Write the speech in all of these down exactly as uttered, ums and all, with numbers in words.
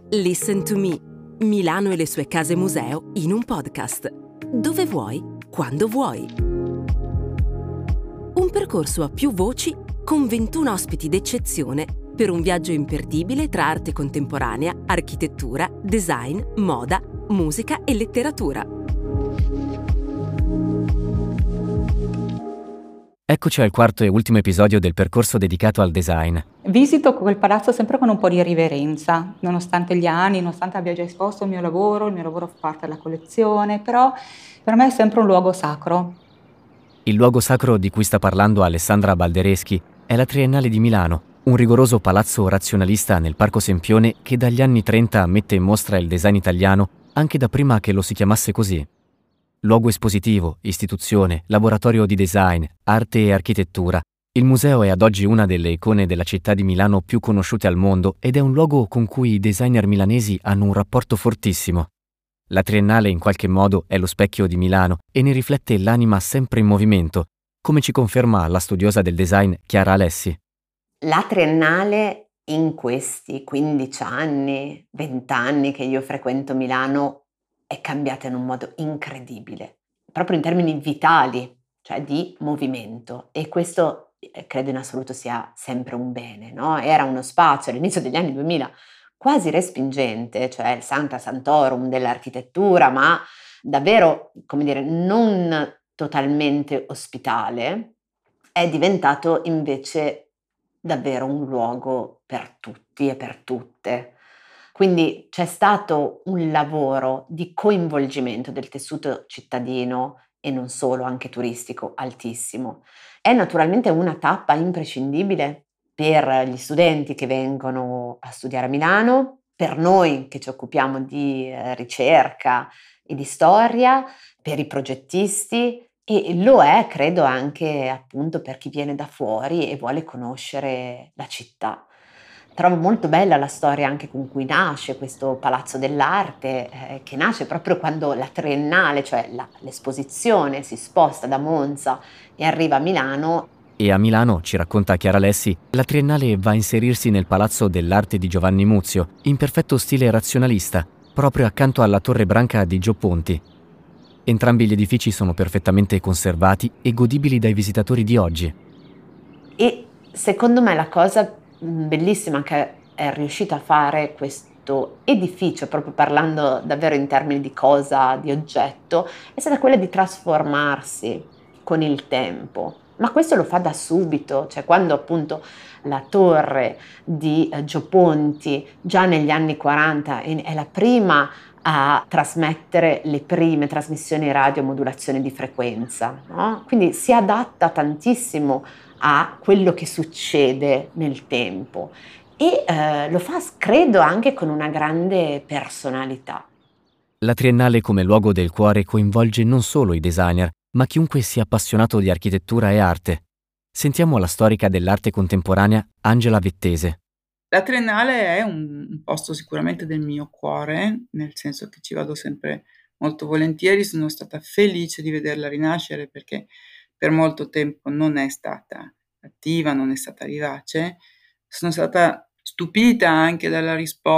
Listen to Me, Milano e le sue case museo in un podcast. Dove vuoi, quando vuoi. Un percorso a più voci con ventuno ospiti d'eccezione per un viaggio imperdibile tra arte contemporanea, architettura, design, moda, musica e letteratura. Eccoci al quarto e ultimo episodio del percorso dedicato al design. Visito quel palazzo sempre con un po' di riverenza, nonostante gli anni, nonostante abbia già esposto il mio lavoro, il mio lavoro fa parte della collezione, però per me è sempre un luogo sacro. Il luogo sacro di cui sta parlando Alessandra Baldereschi è la Triennale di Milano, un rigoroso palazzo razionalista nel Parco Sempione che dagli anni trenta mette in mostra il design italiano anche da prima che lo si chiamasse così. Luogo espositivo, istituzione, laboratorio di design, arte e architettura, il museo è ad oggi una delle icone della città di Milano più conosciute al mondo ed è un luogo con cui i designer milanesi hanno un rapporto fortissimo. La Triennale in qualche modo è lo specchio di Milano e ne riflette l'anima sempre in movimento, come ci conferma la studiosa del design Chiara Alessi. La Triennale in questi quindici anni, venti anni che io frequento Milano è cambiata in un modo incredibile, proprio in termini vitali, cioè di movimento, e questo eh, credo in assoluto sia sempre un bene, no? Era uno spazio all'inizio degli anni duemila quasi respingente, cioè il Sancta Sanctorum dell'architettura, ma davvero, come dire, non totalmente ospitale, è diventato invece davvero un luogo per tutti e per tutte. Quindi c'è stato un lavoro di coinvolgimento del tessuto cittadino e non solo, anche turistico, altissimo. È naturalmente una tappa imprescindibile per gli studenti che vengono a studiare a Milano, per noi che ci occupiamo di eh, ricerca e di storia, per i progettisti e lo è, credo, anche appunto per chi viene da fuori e vuole conoscere la città. Trovo molto bella la storia anche con cui nasce questo Palazzo dell'Arte, eh, che nasce proprio quando la Triennale, cioè la, l'esposizione, si sposta da Monza e arriva a Milano. E a Milano, ci racconta Chiara Alessi, la Triennale va a inserirsi nel Palazzo dell'Arte di Giovanni Muzio, in perfetto stile razionalista, proprio accanto alla Torre Branca di Gio Ponti. Entrambi gli edifici sono perfettamente conservati e godibili dai visitatori di oggi. E secondo me la cosa bellissima che è riuscito a fare questo edificio, proprio parlando davvero in termini di cosa, di oggetto, è stata quella di trasformarsi con il tempo. Ma questo lo fa da subito, cioè quando appunto la torre di Gio Ponti già negli anni quaranta è la prima a trasmettere le prime trasmissioni radio a modulazione di frequenza, no? Quindi si adatta tantissimo a quello che succede nel tempo e eh, lo fa, credo, anche con una grande personalità. La Triennale come luogo del cuore coinvolge non solo i designer, ma chiunque sia appassionato di architettura e arte. Sentiamo la storica dell'arte contemporanea Angela Vettese. La Triennale è un, un posto sicuramente del mio cuore, nel senso che ci vado sempre molto volentieri. Sono stata felice di vederla rinascere perché per molto tempo non è stata attiva, non è stata vivace. Sono stata stupita anche dalla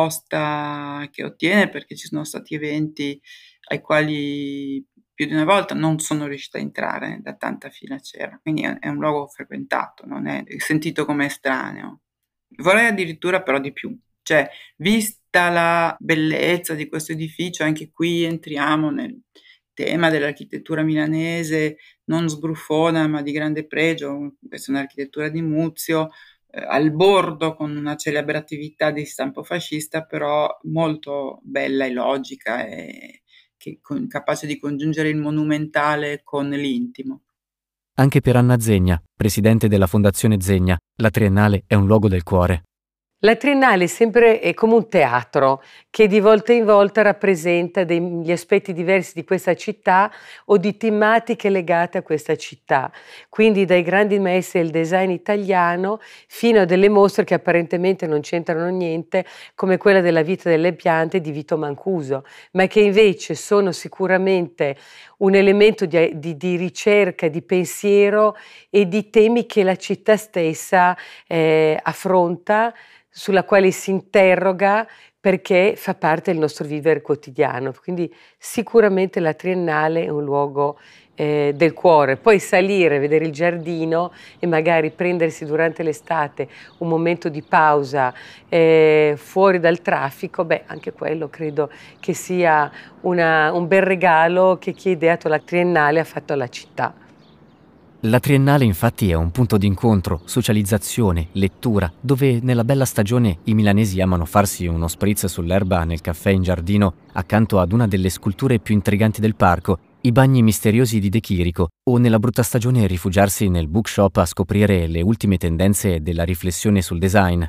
risposta che ottiene, perché ci sono stati eventi ai quali più di una volta non sono riuscita a entrare, da tanta fila c'era. Quindi è un luogo frequentato, non è sentito come estraneo. Vorrei addirittura però di più, cioè vista la bellezza di questo edificio, anche qui entriamo nel tema dell'architettura milanese, non sbruffona ma di grande pregio. Questa è un'architettura di Muzio, eh, al bordo con una celebratività di stampo fascista, però molto bella e logica e che, con, capace di congiungere il monumentale con l'intimo. Anche per Anna Zegna, presidente della Fondazione Zegna, la Triennale è un luogo del cuore. La Triennale sempre è come un teatro che di volta in volta rappresenta degli aspetti diversi di questa città o di tematiche legate a questa città. Quindi dai grandi maestri del design italiano fino a delle mostre che apparentemente non c'entrano niente, come quella della vita delle piante di Vito Mancuso, ma che invece sono sicuramente un elemento di, di, di ricerca, di pensiero e di temi che la città stessa eh, affronta sulla quale si interroga perché fa parte del nostro vivere quotidiano. Quindi sicuramente la Triennale è un luogo eh, del cuore. Poi salire, vedere il giardino e magari prendersi durante l'estate un momento di pausa eh, fuori dal traffico, beh, anche quello credo che sia una, un bel regalo che chi ha ideato la Triennale ha fatto alla città. La Triennale infatti è un punto d'incontro, socializzazione, lettura, dove nella bella stagione i milanesi amano farsi uno spritz sull'erba nel caffè in giardino accanto ad una delle sculture più intriganti del parco, i bagni misteriosi di De Chirico, o nella brutta stagione rifugiarsi nel bookshop a scoprire le ultime tendenze della riflessione sul design.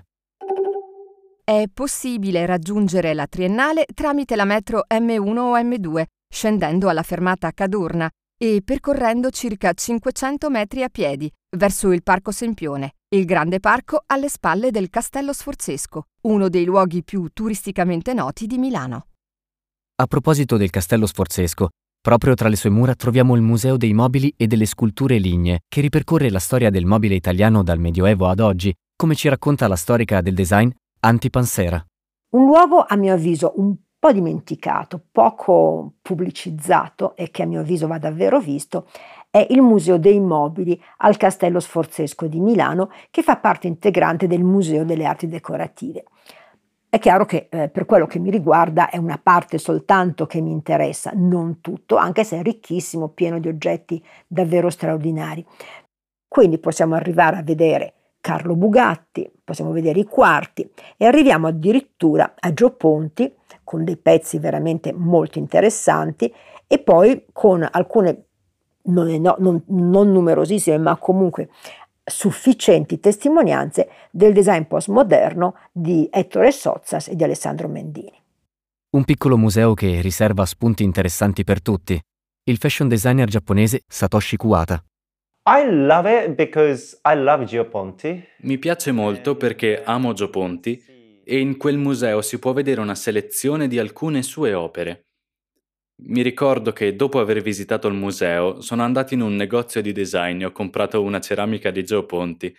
È possibile raggiungere la Triennale tramite la metro emme uno o emme due, scendendo alla fermata Cadorna e percorrendo circa cinquecento metri a piedi verso il Parco Sempione, il grande parco alle spalle del Castello Sforzesco, uno dei luoghi più turisticamente noti di Milano. A proposito del Castello Sforzesco, proprio tra le sue mura troviamo il Museo dei Mobili e delle Sculture Lignee, che ripercorre la storia del mobile italiano dal Medioevo ad oggi, come ci racconta la storica del design Anti Pansera. Un luogo, a mio avviso, un po' dimenticato, poco pubblicizzato e che a mio avviso va davvero visto, è il Museo dei Mobili al Castello Sforzesco di Milano, che fa parte integrante del Museo delle Arti Decorative. È chiaro che eh, per quello che mi riguarda è una parte soltanto che mi interessa, non tutto, anche se è ricchissimo, pieno di oggetti davvero straordinari. Quindi possiamo arrivare a vedere Carlo Bugatti, possiamo vedere i quarti e arriviamo addirittura a Gio Ponti con dei pezzi veramente molto interessanti e poi con alcune non, no, non, non numerosissime ma comunque sufficienti testimonianze del design postmoderno di Ettore Sottsass e di Alessandro Mendini. Un piccolo museo che riserva spunti interessanti per tutti. Il fashion designer giapponese Satoshi Kuwata. I love it because I love Gio Ponti. Mi piace molto perché amo Gio Ponti e in quel museo si può vedere una selezione di alcune sue opere. Mi ricordo che dopo aver visitato il museo sono andato in un negozio di design e ho comprato una ceramica di Gio Ponti.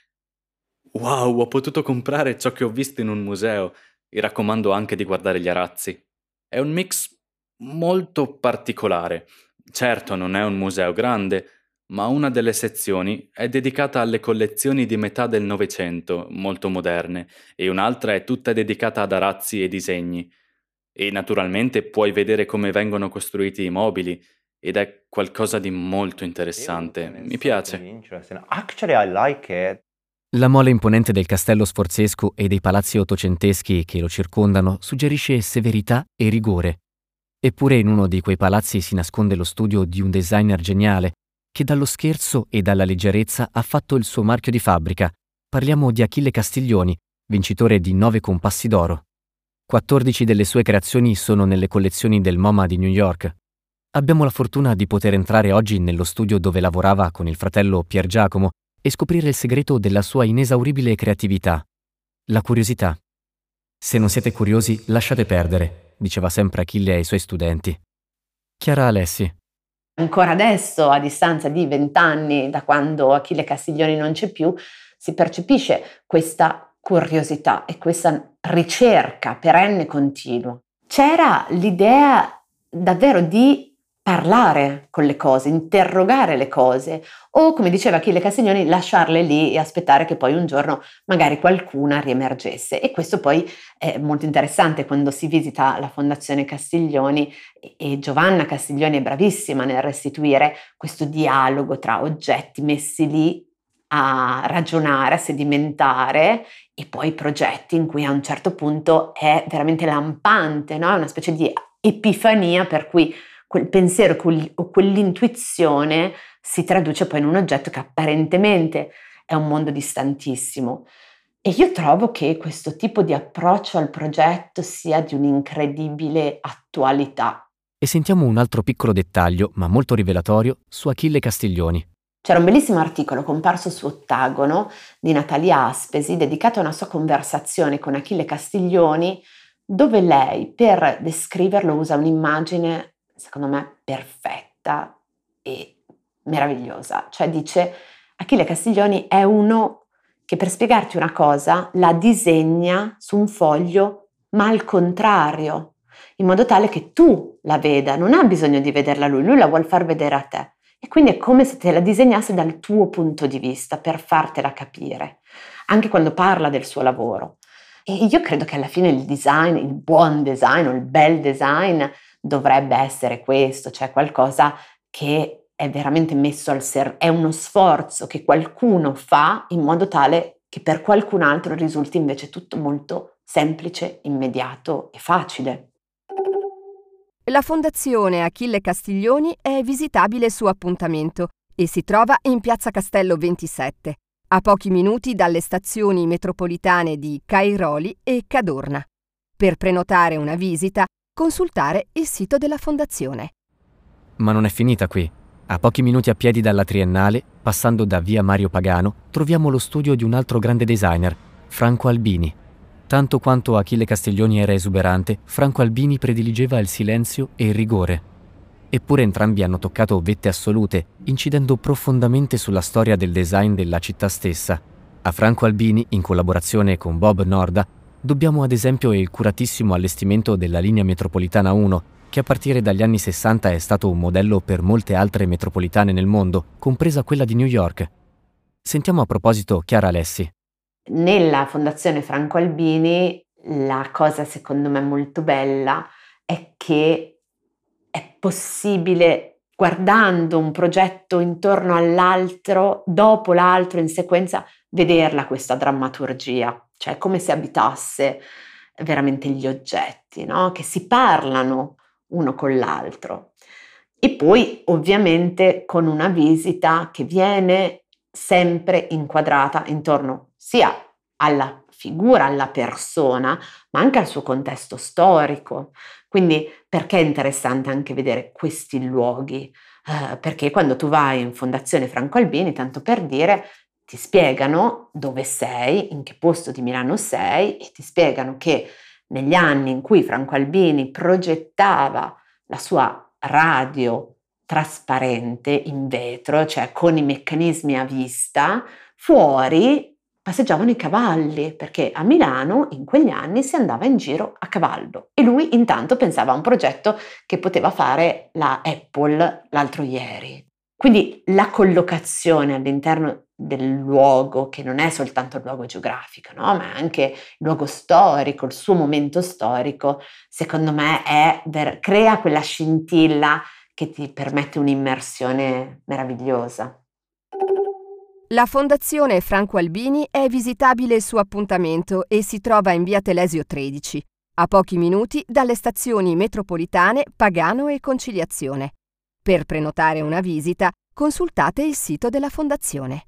Wow, ho potuto comprare ciò che ho visto in un museo e raccomando anche di guardare gli arazzi. È un mix molto particolare. Certo, non è un museo grande, ma una delle sezioni è dedicata alle collezioni di metà del Novecento, molto moderne, e un'altra è tutta dedicata ad arazzi e disegni. E naturalmente puoi vedere come vengono costruiti i mobili, ed è qualcosa di molto interessante. Mi piace. Actually, I like it. La mole imponente del Castello Sforzesco e dei palazzi ottocenteschi che lo circondano suggerisce severità e rigore. Eppure in uno di quei palazzi si nasconde lo studio di un designer geniale, che dallo scherzo e dalla leggerezza ha fatto il suo marchio di fabbrica. Parliamo di Achille Castiglioni, vincitore di nove compassi d'oro. quattordici delle sue creazioni sono nelle collezioni del MoMA di New York. Abbiamo la fortuna di poter entrare oggi nello studio dove lavorava con il fratello Pier Giacomo e scoprire il segreto della sua inesauribile creatività. La curiosità. Se non siete curiosi, lasciate perdere, diceva sempre Achille ai suoi studenti. Chiara Alessi. Ancora adesso, a distanza di vent'anni da quando Achille Castiglioni non c'è più, si percepisce questa curiosità e questa ricerca perenne e continua. C'era l'idea davvero di parlare con le cose, interrogare le cose o, come diceva Achille Castiglioni, lasciarle lì e aspettare che poi un giorno magari qualcuna riemergesse. E questo poi è molto interessante quando si visita la Fondazione Castiglioni e Giovanna Castiglioni è bravissima nel restituire questo dialogo tra oggetti messi lì a ragionare, a sedimentare e poi progetti in cui a un certo punto è veramente lampante, no? È una specie di epifania per cui quel pensiero o quell'intuizione si traduce poi in un oggetto che apparentemente è un mondo distantissimo. E io trovo che questo tipo di approccio al progetto sia di un'incredibile attualità. E sentiamo un altro piccolo dettaglio, ma molto rivelatorio, su Achille Castiglioni. C'era un bellissimo articolo comparso su Ottagono di Natalia Aspesi dedicato a una sua conversazione con Achille Castiglioni, dove lei per descriverlo usa un'immagine secondo me perfetta e meravigliosa. Cioè dice: Achille Castiglioni è uno che, per spiegarti una cosa, la disegna su un foglio ma al contrario, in modo tale che tu la veda, non ha bisogno di vederla lui, lui la vuol far vedere a te. E quindi è come se te la disegnasse dal tuo punto di vista per fartela capire, anche quando parla del suo lavoro. E io credo che alla fine il design, il buon design o il bel design dovrebbe essere questo, cioè qualcosa che è veramente messo al servizio, è uno sforzo che qualcuno fa in modo tale che per qualcun altro risulti invece tutto molto semplice, immediato e facile. La Fondazione Achille Castiglioni è visitabile su appuntamento e si trova in Piazza Castello ventisette, a pochi minuti dalle stazioni metropolitane di Cairoli e Cadorna. Per prenotare una visita, consultare il sito della Fondazione. Ma non è finita qui. A pochi minuti a piedi dalla Triennale, passando da via Mario Pagano, troviamo lo studio di un altro grande designer, Franco Albini. Tanto quanto Achille Castiglioni era esuberante, Franco Albini prediligeva il silenzio e il rigore. Eppure entrambi hanno toccato vette assolute, incidendo profondamente sulla storia del design della città stessa. A Franco Albini, in collaborazione con Bob Norda, dobbiamo ad esempio il curatissimo allestimento della linea metropolitana uno, che a partire dagli anni sessanta è stato un modello per molte altre metropolitane nel mondo, compresa quella di New York. Sentiamo a proposito Chiara Alessi. Nella Fondazione Franco Albini la cosa secondo me molto bella è che è possibile, guardando un progetto intorno all'altro, dopo l'altro in sequenza, vederla questa drammaturgia, cioè come se abitasse veramente gli oggetti, no? Che si parlano uno con l'altro. E poi ovviamente con una visita che viene sempre inquadrata intorno sia alla figura, alla persona, ma anche al suo contesto storico. Quindi perché è interessante anche vedere questi luoghi? Eh, perché quando tu vai in Fondazione Franco Albini, tanto per dire, ti spiegano dove sei, in che posto di Milano sei e ti spiegano che negli anni in cui Franco Albini progettava la sua radio trasparente in vetro, cioè con i meccanismi a vista, fuori passeggiavano i cavalli, perché a Milano in quegli anni si andava in giro a cavallo e lui intanto pensava a un progetto che poteva fare la Apple l'altro ieri. Quindi la collocazione all'interno del luogo, che non è soltanto il luogo geografico, no? Ma è anche il luogo storico, il suo momento storico, secondo me è ver- crea quella scintilla che ti permette un'immersione meravigliosa. La Fondazione Franco Albini è visitabile su appuntamento e si trova in via Telesio tredici, a pochi minuti dalle stazioni metropolitane Pagano e Conciliazione. Per prenotare una visita, consultate il sito della Fondazione.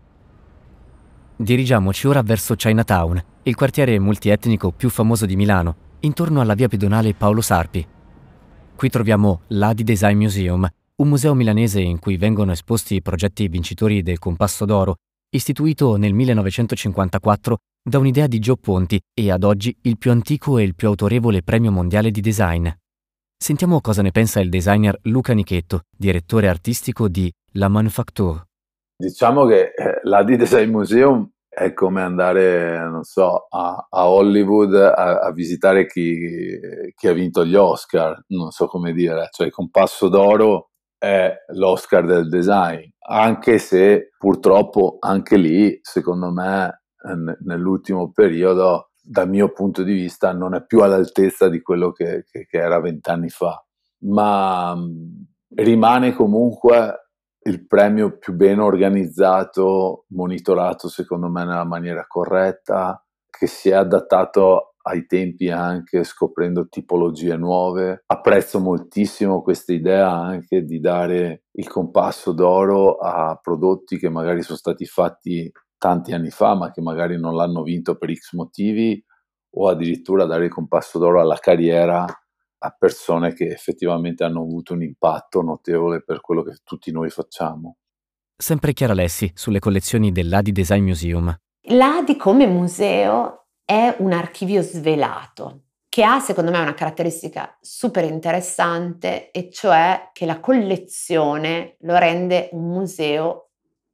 Dirigiamoci ora verso Chinatown, il quartiere multietnico più famoso di Milano, intorno alla via pedonale Paolo Sarpi. Qui troviamo l'A D I Design Museum, un museo milanese in cui vengono esposti i progetti vincitori del Compasso d'Oro, istituito nel millenovecentocinquantaquattro da un'idea di Gio Ponti e ad oggi il più antico e il più autorevole premio mondiale di design. Sentiamo cosa ne pensa il designer Luca Nichetto, direttore artistico di La Manufacture. Diciamo che eh, l'A D I Design Museum è come andare, non so, a, a Hollywood a, a visitare chi, chi ha vinto gli Oscar, non so come dire, cioè il Compasso d'Oro è l'Oscar del design, anche se purtroppo anche lì, secondo me, n- nell'ultimo periodo, dal mio punto di vista, non è più all'altezza di quello che, che, che era vent'anni fa, ma mh, rimane comunque il premio più ben organizzato, monitorato secondo me nella maniera corretta, che si è adattato ai tempi anche scoprendo tipologie nuove. Apprezzo moltissimo questa idea anche di dare il Compasso d'Oro a prodotti che magari sono stati fatti tanti anni fa, ma che magari non l'hanno vinto per X motivi, o addirittura dare il Compasso d'Oro alla carriera a persone che effettivamente hanno avuto un impatto notevole per quello che tutti noi facciamo. Sempre Chiara Alessi sulle collezioni dell'A D I Design Museum. L'A D I come museo è un archivio svelato che ha secondo me una caratteristica super interessante, e cioè che la collezione lo rende un museo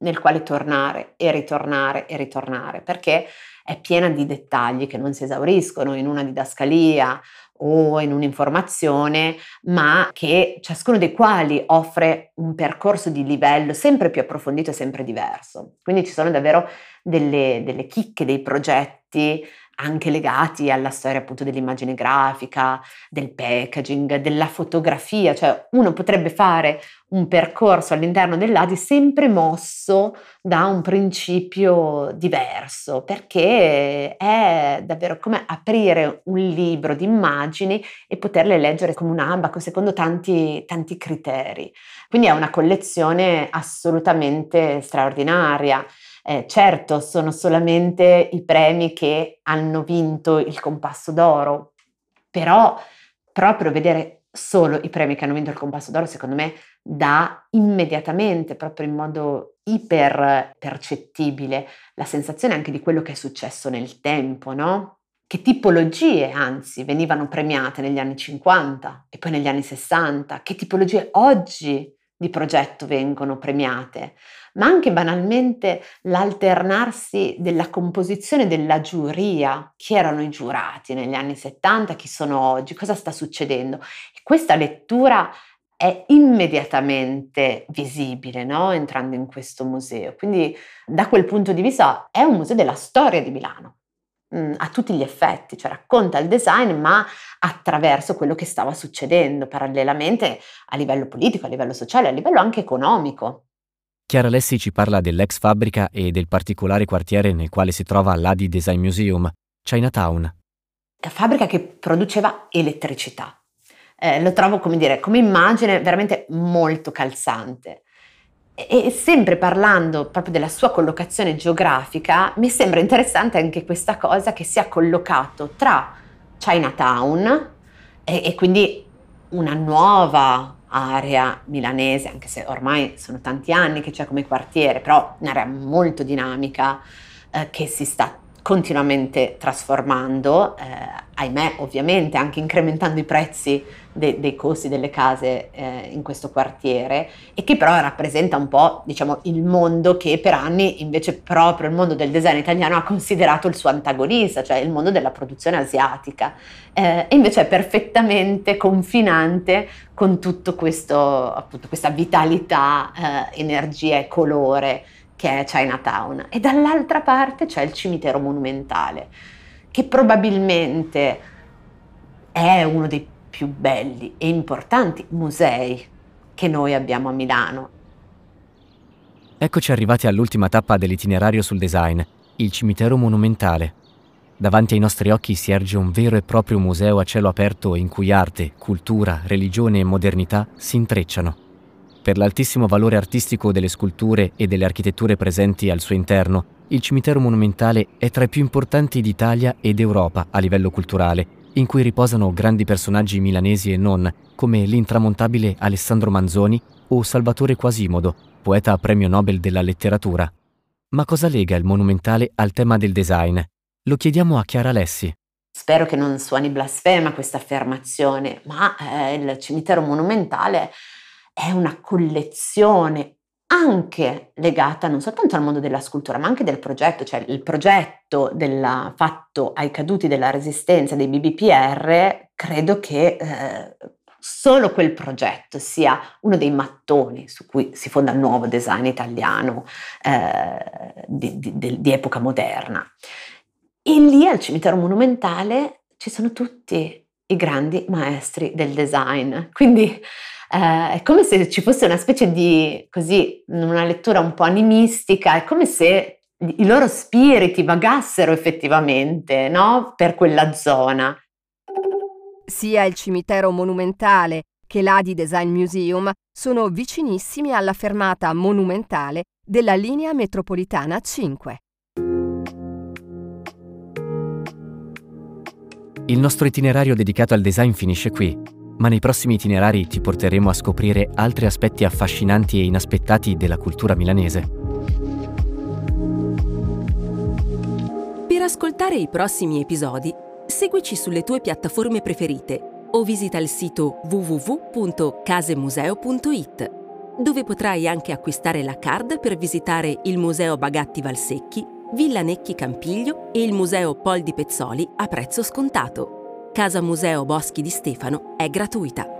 nel quale tornare e ritornare e ritornare, perché è piena di dettagli che non si esauriscono in una didascalia o in un'informazione, ma che ciascuno dei quali offre un percorso di livello sempre più approfondito e sempre diverso. Quindi ci sono davvero delle, delle chicche, dei progetti anche legati alla storia appunto dell'immagine grafica, del packaging, della fotografia, cioè uno potrebbe fare un percorso all'interno dell'A D I sempre mosso da un principio diverso, perché è davvero come aprire un libro di immagini e poterle leggere come un abaco secondo tanti, tanti criteri. Quindi è una collezione assolutamente straordinaria. Eh, certo, sono solamente i premi che hanno vinto il Compasso d'Oro, però proprio vedere solo i premi che hanno vinto il Compasso d'Oro, secondo me, dà immediatamente, proprio in modo iper percettibile, la sensazione anche di quello che è successo nel tempo, no? Che tipologie, anzi, venivano premiate negli anni cinquanta e poi negli anni sessanta, che tipologie oggi di progetto vengono premiate, ma anche banalmente l'alternarsi della composizione della giuria, chi erano i giurati negli anni settanta, chi sono oggi, cosa sta succedendo. E questa lettura è immediatamente visibile, no? Entrando in questo museo. Quindi da quel punto di vista è un museo della storia di Milano, mh, a tutti gli effetti, cioè racconta il design ma attraverso quello che stava succedendo parallelamente a livello politico, a livello sociale, a livello anche economico. Chiara Lessi ci parla dell'ex fabbrica e del particolare quartiere nel quale si trova l'A D I Design Museum, Chinatown. Fabbrica che produceva elettricità. Eh, lo trovo, come dire, come immagine veramente molto calzante. E, e sempre parlando proprio della sua collocazione geografica, mi sembra interessante anche questa cosa che sia collocato tra Chinatown e, e quindi una nuova area milanese, anche se ormai sono tanti anni che c'è come quartiere, però un'area molto dinamica eh, che si sta continuamente trasformando, eh, ahimè ovviamente anche incrementando i prezzi de- dei costi delle case eh, in questo quartiere, e che però rappresenta un po', diciamo, il mondo che per anni invece proprio il mondo del design italiano ha considerato il suo antagonista, cioè il mondo della produzione asiatica, eh, e invece è perfettamente confinante con tutto questo, appunto, questa vitalità, eh, energia e colore che è Chinatown. E dall'altra parte c'è il cimitero monumentale, che probabilmente è uno dei più belli e importanti musei che noi abbiamo a Milano. Eccoci arrivati all'ultima tappa dell'itinerario sul design, il cimitero monumentale. Davanti ai nostri occhi si erge un vero e proprio museo a cielo aperto in cui arte, cultura, religione e modernità si intrecciano. Per l'altissimo valore artistico delle sculture e delle architetture presenti al suo interno, il cimitero monumentale è tra i più importanti d'Italia ed Europa a livello culturale, in cui riposano grandi personaggi milanesi e non, come l'intramontabile Alessandro Manzoni o Salvatore Quasimodo, poeta premio Nobel della letteratura. Ma cosa lega il monumentale al tema del design? Lo chiediamo a Chiara Lessi. Spero che non suoni blasfema questa affermazione, ma eh, il cimitero monumentale è una collezione anche legata non soltanto al mondo della scultura, ma anche del progetto, cioè il progetto della, fatto ai caduti della Resistenza dei B B P R, credo che eh, solo quel progetto sia uno dei mattoni su cui si fonda il nuovo design italiano eh, di, di, di epoca moderna. E lì al cimitero monumentale ci sono tutti i grandi maestri del design, quindi Uh, è come se ci fosse una specie di, così, una lettura un po' animistica, è come se i loro spiriti vagassero effettivamente, no? Per quella zona. Sia il cimitero monumentale che l'A D I Design Museum sono vicinissimi alla fermata monumentale della linea metropolitana cinque. Il nostro itinerario dedicato al design finisce qui. Ma nei prossimi itinerari ti porteremo a scoprire altri aspetti affascinanti e inaspettati della cultura milanese. Per ascoltare i prossimi episodi, seguici sulle tue piattaforme preferite o visita il sito w w w punto casemuseo punto it. dove potrai anche acquistare la card per visitare il Museo Bagatti Valsecchi, Villa Necchi Campiglio e il Museo Pol di Pezzoli a prezzo scontato. Casa Museo Boschi di Stefano è gratuita.